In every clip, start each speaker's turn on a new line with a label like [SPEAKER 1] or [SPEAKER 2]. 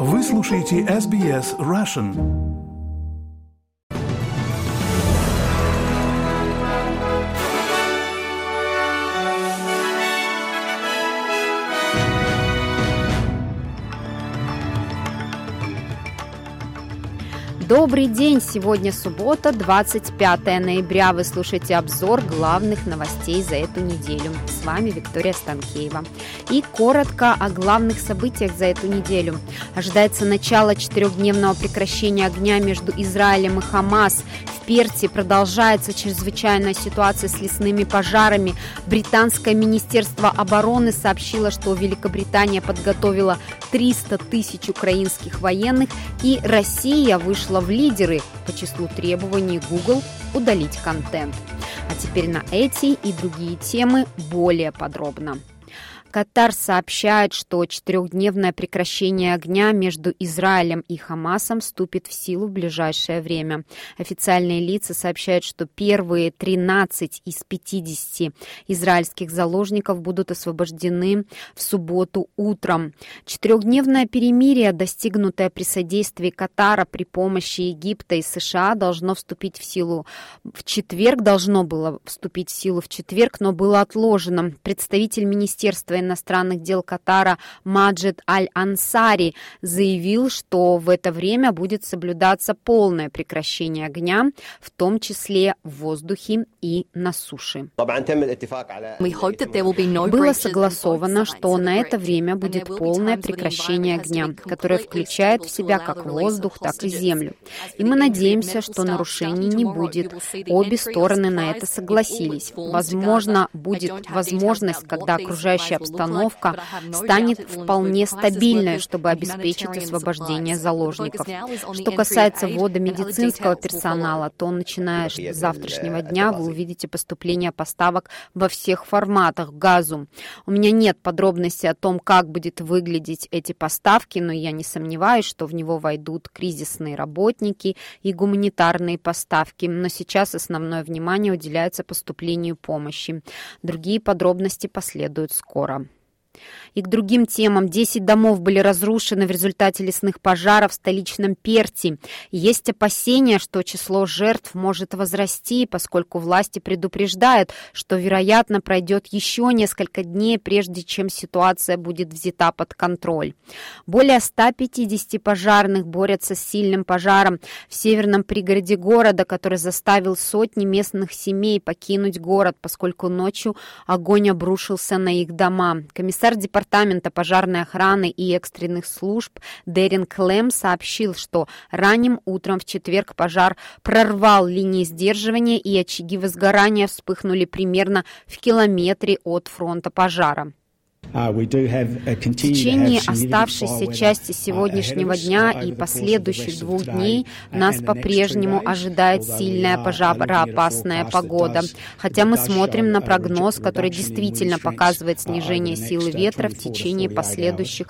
[SPEAKER 1] Вы слушаете SBS Russian.
[SPEAKER 2] Добрый день! Сегодня суббота, 25 ноября. Вы слушаете обзор главных новостей за эту неделю. С вами Виктория Станкеева. И коротко о главных событиях за эту неделю. Ожидается начало 4-дневного прекращения огня между Израилем и Хамас. В Перте продолжается чрезвычайная ситуация с лесными пожарами. Британское министерство обороны сообщило, что Великобритания подготовила 300 тысяч украинских военных, и Россия вышла в лидеры по числу требований Google удалить контент. А теперь на эти и другие темы более подробно. Катар сообщает, что 4-дневное прекращение огня между Израилем и Хамасом вступит в силу в ближайшее время. Официальные лица сообщают, что первые 13 из 50 израильских заложников будут освобождены в субботу утром. 4-дневное перемирие, достигнутое при содействии Катара при помощи Египта и США, должно вступить в силу в четверг. Должно было вступить в силу в четверг, но было отложено. Представитель Министерства иностранных дел Катара Маджид Аль-Ансари заявил, что в это время будет соблюдаться полное прекращение огня, в том числе в воздухе и на суше. Было согласовано, что на это время будет полное прекращение огня, которое включает в себя как воздух, так и землю. И мы надеемся, что нарушений не будет. Обе стороны на это согласились. Возможно, будет возможность, когда окружающая обстановка станет вполне стабильной, чтобы обеспечить освобождение заложников. Что касается ввода медицинского персонала, то начиная с завтрашнего дня вы увидите поступление поставок во всех форматах газу. У меня нет подробностей о том, как будет выглядеть эти поставки, но я не сомневаюсь, что в него войдут кризисные работники и гуманитарные поставки. Но сейчас основное внимание уделяется поступлению помощи. Другие подробности последуют скоро. И к другим темам. 10 домов были разрушены в результате лесных пожаров в столичном Перте. Есть опасения, что число жертв может возрасти, поскольку власти предупреждают, что, вероятно, пройдет еще несколько дней, прежде чем ситуация будет взята под контроль. Более 150 пожарных борются с сильным пожаром в северном пригороде города, который заставил сотни местных семей покинуть город, поскольку ночью огонь обрушился на их дома. Комиссар Департамента пожарной охраны и экстренных служб Дэрин Клэм сообщил, что ранним утром в четверг пожар прорвал линии сдерживания, и очаги возгорания вспыхнули примерно в километре от фронта пожара. В течение оставшейся части сегодняшнего дня и последующих 2 дней нас по-прежнему ожидает сильная пожароопасная погода. Хотя мы смотрим на прогноз, который действительно показывает снижение силы ветра в течение последующих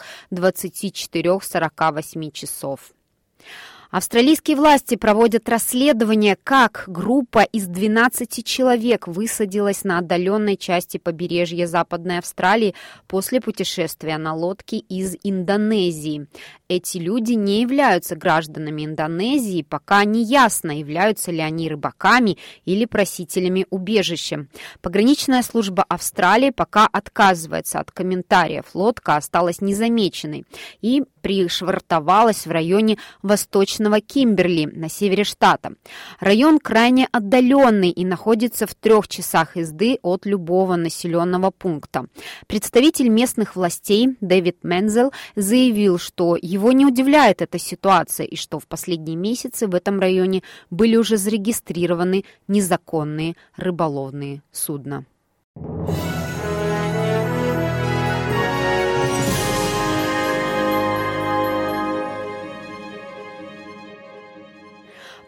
[SPEAKER 2] 24-48 часов. Австралийские власти проводят расследование, как группа из 12 человек высадилась на отдаленной части побережья Западной Австралии после путешествия на лодке из Индонезии. Эти люди не являются гражданами Индонезии, пока не ясно, являются ли они рыбаками или просителями убежища. Пограничная служба Австралии пока отказывается от комментариев. Лодка осталась незамеченной и пришвартовалась в районе Восточного Кимберли на севере штата. Район крайне отдаленный и находится в 3 часах езды от любого населенного пункта. Представитель местных властей Дэвид Мензел заявил, что его не удивляет эта ситуация и что в последние месяцы в этом районе были уже зарегистрированы незаконные рыболовные судна.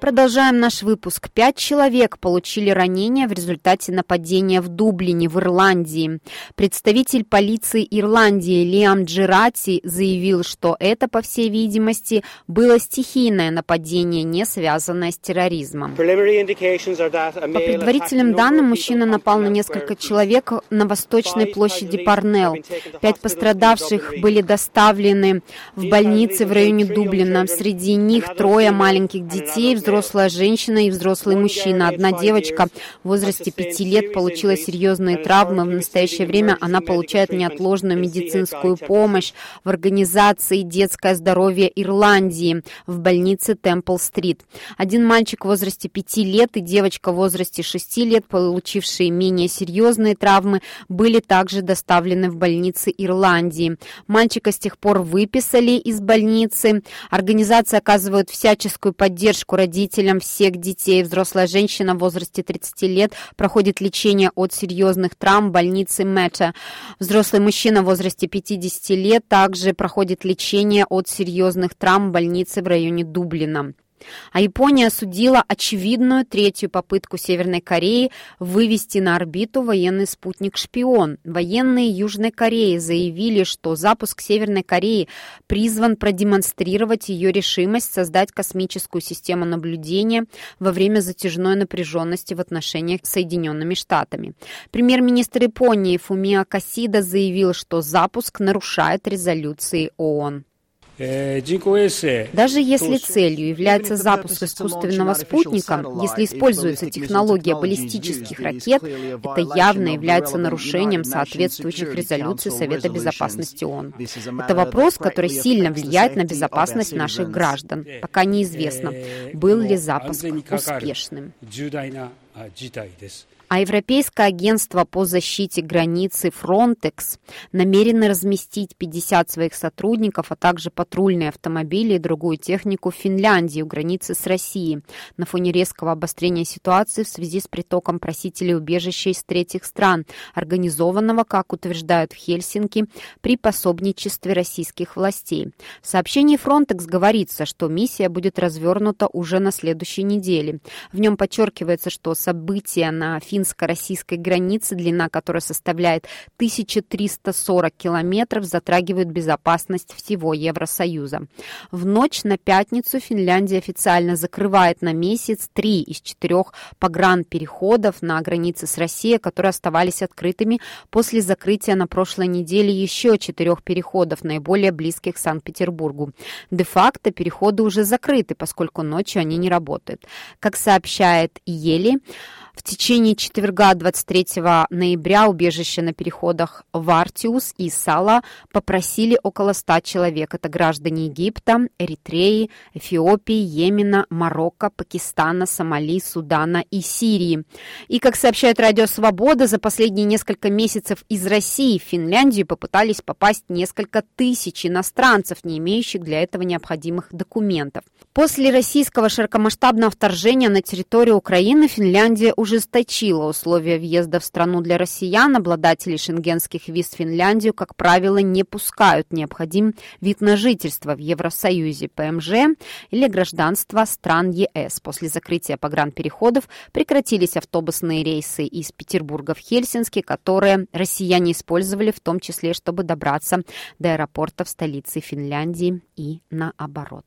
[SPEAKER 2] Продолжаем наш выпуск. 5 человек получили ранения в результате нападения в Дублине, в Ирландии. Представитель полиции Ирландии Лиам Джерати заявил, что это, по всей видимости, было стихийное нападение, не связанное с терроризмом. По предварительным данным, мужчина напал на несколько человек на восточной площади Парнелл. 5 пострадавших были доставлены в больницы в районе Дублина. Среди них 3 маленьких детей, взрослая женщина и взрослый мужчина. Одна девочка в возрасте 5 лет получила серьезные травмы. В настоящее время она получает неотложную медицинскую помощь в организации «Детское здоровье Ирландии» в больнице Темпл-стрит. Один мальчик в возрасте 5 лет и девочка в возрасте 6 лет, получившие менее серьезные травмы, были также доставлены в больницы Ирландии. Мальчика с тех пор выписали из больницы. Организация оказывает всяческую поддержку родителям всех детей. Взрослая женщина в возрасте 30 лет проходит лечение от серьезных травм в больнице Мэтта. Взрослый мужчина в возрасте 50 лет также проходит лечение от серьезных травм в больнице в районе Дублина. А Япония осудила очевидную 3-ю попытку Северной Кореи вывести на орбиту военный спутник-шпион. Военные Южной Кореи заявили, что запуск Северной Кореи призван продемонстрировать ее решимость создать космическую систему наблюдения во время затяжной напряженности в отношениях с Соединенными Штатами. Премьер-министр Японии Фумио Кисида заявил, что запуск нарушает резолюции ООН. Даже если целью является запуск искусственного спутника, если используется технология баллистических ракет, это явно является нарушением соответствующих резолюций Совета Безопасности ООН. Это вопрос, который сильно влияет на безопасность наших граждан. Пока неизвестно, был ли запуск успешным. А Европейское агентство по защите границы Frontex намерено разместить 50 своих сотрудников, а также патрульные автомобили и другую технику в Финляндии у границы с Россией на фоне резкого обострения ситуации в связи с притоком просителей убежища из третьих стран, организованного, как утверждают в Хельсинки, при пособничестве российских властей. В сообщении Frontex говорится, что миссия будет развернута уже на следующей неделе. В нем подчеркивается, что события на финско-российской границе, длина которой составляет 1340 километров, затрагивают безопасность всего Евросоюза. В ночь на пятницу Финляндия официально закрывает на месяц 3 из 4 погранпереходов на границе с Россией, которые оставались открытыми после закрытия на прошлой неделе еще 4 переходов, наиболее близких к Санкт-Петербургу. Де-факто переходы уже закрыты, поскольку ночью они не работают. Как сообщает Ели, в течение четверга 23 ноября убежище на переходах Вартиус и Сала попросили около 100 человек. Это граждане Египта, Эритреи, Эфиопии, Йемена, Марокко, Пакистана, Сомали, Судана и Сирии. И, как сообщает Радио Свобода, за последние несколько месяцев из России в Финляндию попытались попасть несколько тысяч иностранцев, не имеющих для этого необходимых документов. После российского широкомасштабного вторжения на территорию Украины Финляндия ужесточила условия въезда в страну для россиян. Обладателей шенгенских виз в Финляндию, как правило, не пускают. Необходим вид на жительство в Евросоюзе, ПМЖ или гражданство стран ЕС. После закрытия погранпереходов прекратились автобусные рейсы из Петербурга в Хельсинки, которые россияне использовали в том числе, чтобы добраться до аэропорта в столице Финляндии и наоборот.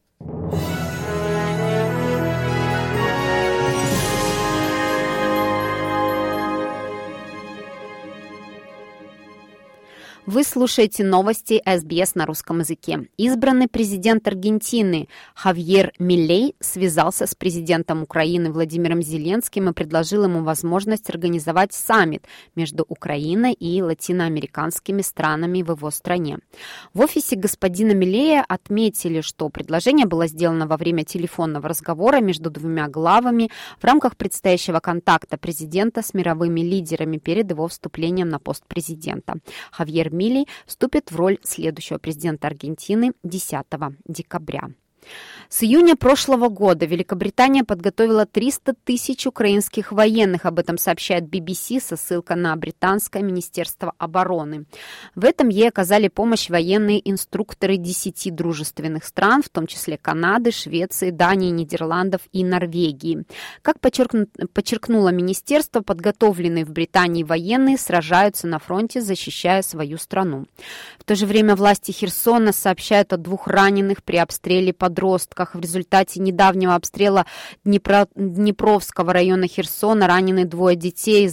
[SPEAKER 2] Вы слушаете новости СБС на русском языке. Избранный президент Аргентины Хавьер Милей связался с президентом Украины Владимиром Зеленским и предложил ему возможность организовать саммит между Украиной и латиноамериканскими странами в его стране. В офисе господина Милея отметили, что предложение было сделано во время телефонного разговора между двумя главами в рамках предстоящего контакта президента с мировыми лидерами перед его вступлением на пост президента. Хавьер Милей вступит в роль следующего президента Аргентины 10 декабря. С июня прошлого года Великобритания подготовила 300 тысяч украинских военных. Об этом сообщает BBC со ссылкой на британское Министерство обороны. В этом ей оказали помощь военные инструкторы 10 дружественных стран, в том числе Канады, Швеции, Дании, Нидерландов и Норвегии. Как подчеркнуло министерство, подготовленные в Британии военные сражаются на фронте, защищая свою страну. В то же время власти Херсона сообщают о 2 раненых при обстреле подростков. В результате недавнего обстрела Днепровского района Херсона ранены 2 детей,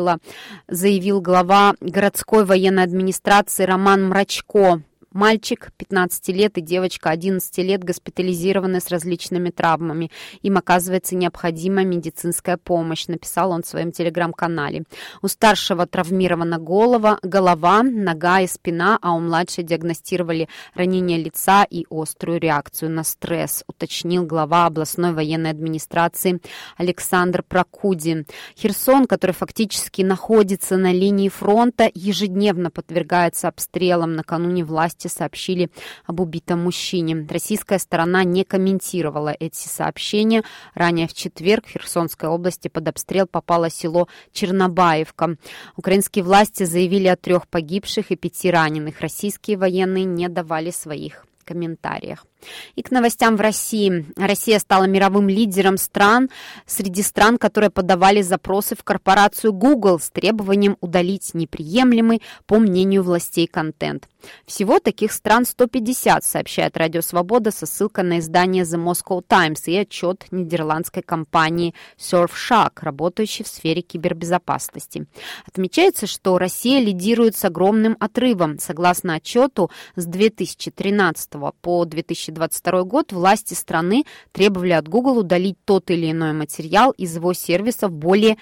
[SPEAKER 2] заявил глава городской военной администрации Роман Мрачко. Мальчик 15 лет и девочка 11 лет госпитализированы с различными травмами. Им оказывается необходима медицинская помощь, написал он в своем телеграм-канале. У старшего травмирована голова, нога и спина, а у младшей диагностировали ранение лица и острую реакцию на стресс, уточнил глава областной военной администрации Александр Прокудин. Херсон, который фактически находится на линии фронта, ежедневно подвергается обстрелам. Накануне власти сообщили об убитом мужчине. Российская сторона не комментировала эти сообщения. Ранее в четверг в Херсонской области под обстрел попало село Чернобаевка. Украинские власти заявили о 3 погибших и 5 раненых. Российские военные не давали своих комментариях. И к новостям в России. Россия стала мировым лидером среди стран, которые подавали запросы в корпорацию Google с требованием удалить неприемлемый, по мнению властей, контент. Всего таких стран 150, сообщает Радио Свобода со ссылкой на издание The Moscow Times и отчет нидерландской компании Surfshark, работающей в сфере кибербезопасности. Отмечается, что Россия лидирует с огромным отрывом. Согласно отчету, с 2013 по 2022 год власти страны требовали от Google удалить тот или иной материал из его сервисов более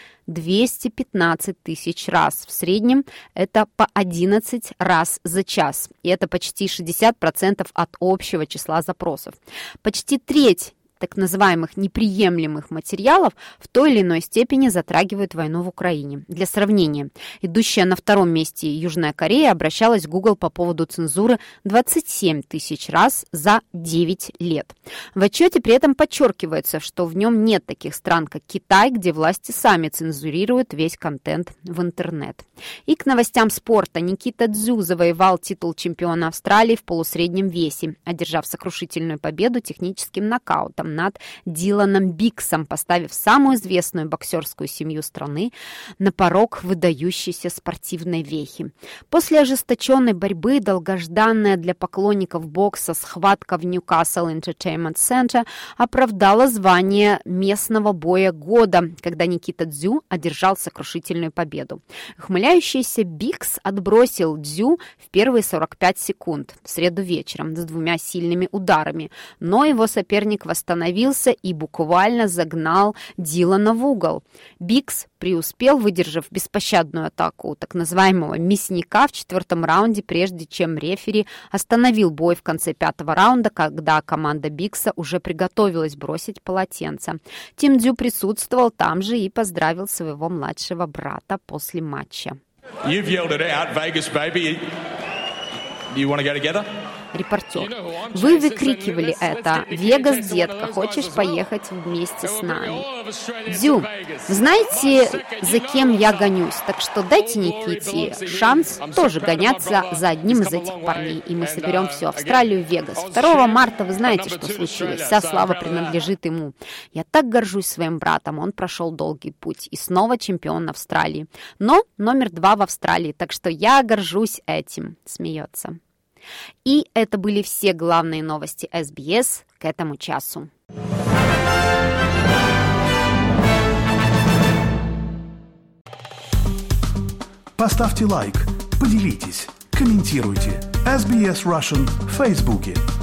[SPEAKER 2] 215 тысяч раз. В среднем это по 11 раз за час. И это почти 60% от общего числа запросов. Почти треть так называемых неприемлемых материалов в той или иной степени затрагивают войну в Украине. Для сравнения, идущая на 2-м месте Южная Корея обращалась в Google по поводу цензуры 27 тысяч раз за 9 лет. В отчете при этом подчеркивается, что в нем нет таких стран, как Китай, где власти сами цензурируют весь контент в интернет. И к новостям спорта. Никита Дзю завоевал титул чемпиона Австралии в полусреднем весе, одержав сокрушительную победу техническим нокаутом над Диланом Биксом, поставив самую известную боксерскую семью страны на порог выдающейся спортивной вехи. После ожесточенной борьбы долгожданная для поклонников бокса схватка в Newcastle Entertainment Center оправдала звание местного боя года, когда Никита Дзю одержал сокрушительную победу. Ухмыляющийся Бикс отбросил Дзю в первые 45 секунд в среду вечером с 2 сильными ударами, но его соперник восстановился и буквально загнал Дилана в угол. Бикс преуспел, выдержав беспощадную атаку так называемого мясника в 4-м раунде, прежде чем рефери остановил бой в конце 5-го раунда, когда команда Бикса уже приготовилась бросить полотенце. Тим Дзю присутствовал там же и поздравил своего младшего брата после матча. Репортер. Вы выкрикивали это. «Вегас, детка, хочешь поехать вместе с нами?» Дзю, вы знаете, за кем я гонюсь, так что дайте Никите шанс тоже гоняться за одним из этих парней, и мы соберем всю Австралию в Вегас. 2 марта вы знаете, что случилось. Вся слава принадлежит ему. Я так горжусь своим братом. Он прошел долгий путь и снова чемпион Австралии. Но номер 2 в Австралии, так что я горжусь этим. Смеется. И это были все главные новости СБС к этому часу.
[SPEAKER 1] Поставьте лайк, поделитесь, комментируйте. SBS Russian в Фейсбуке.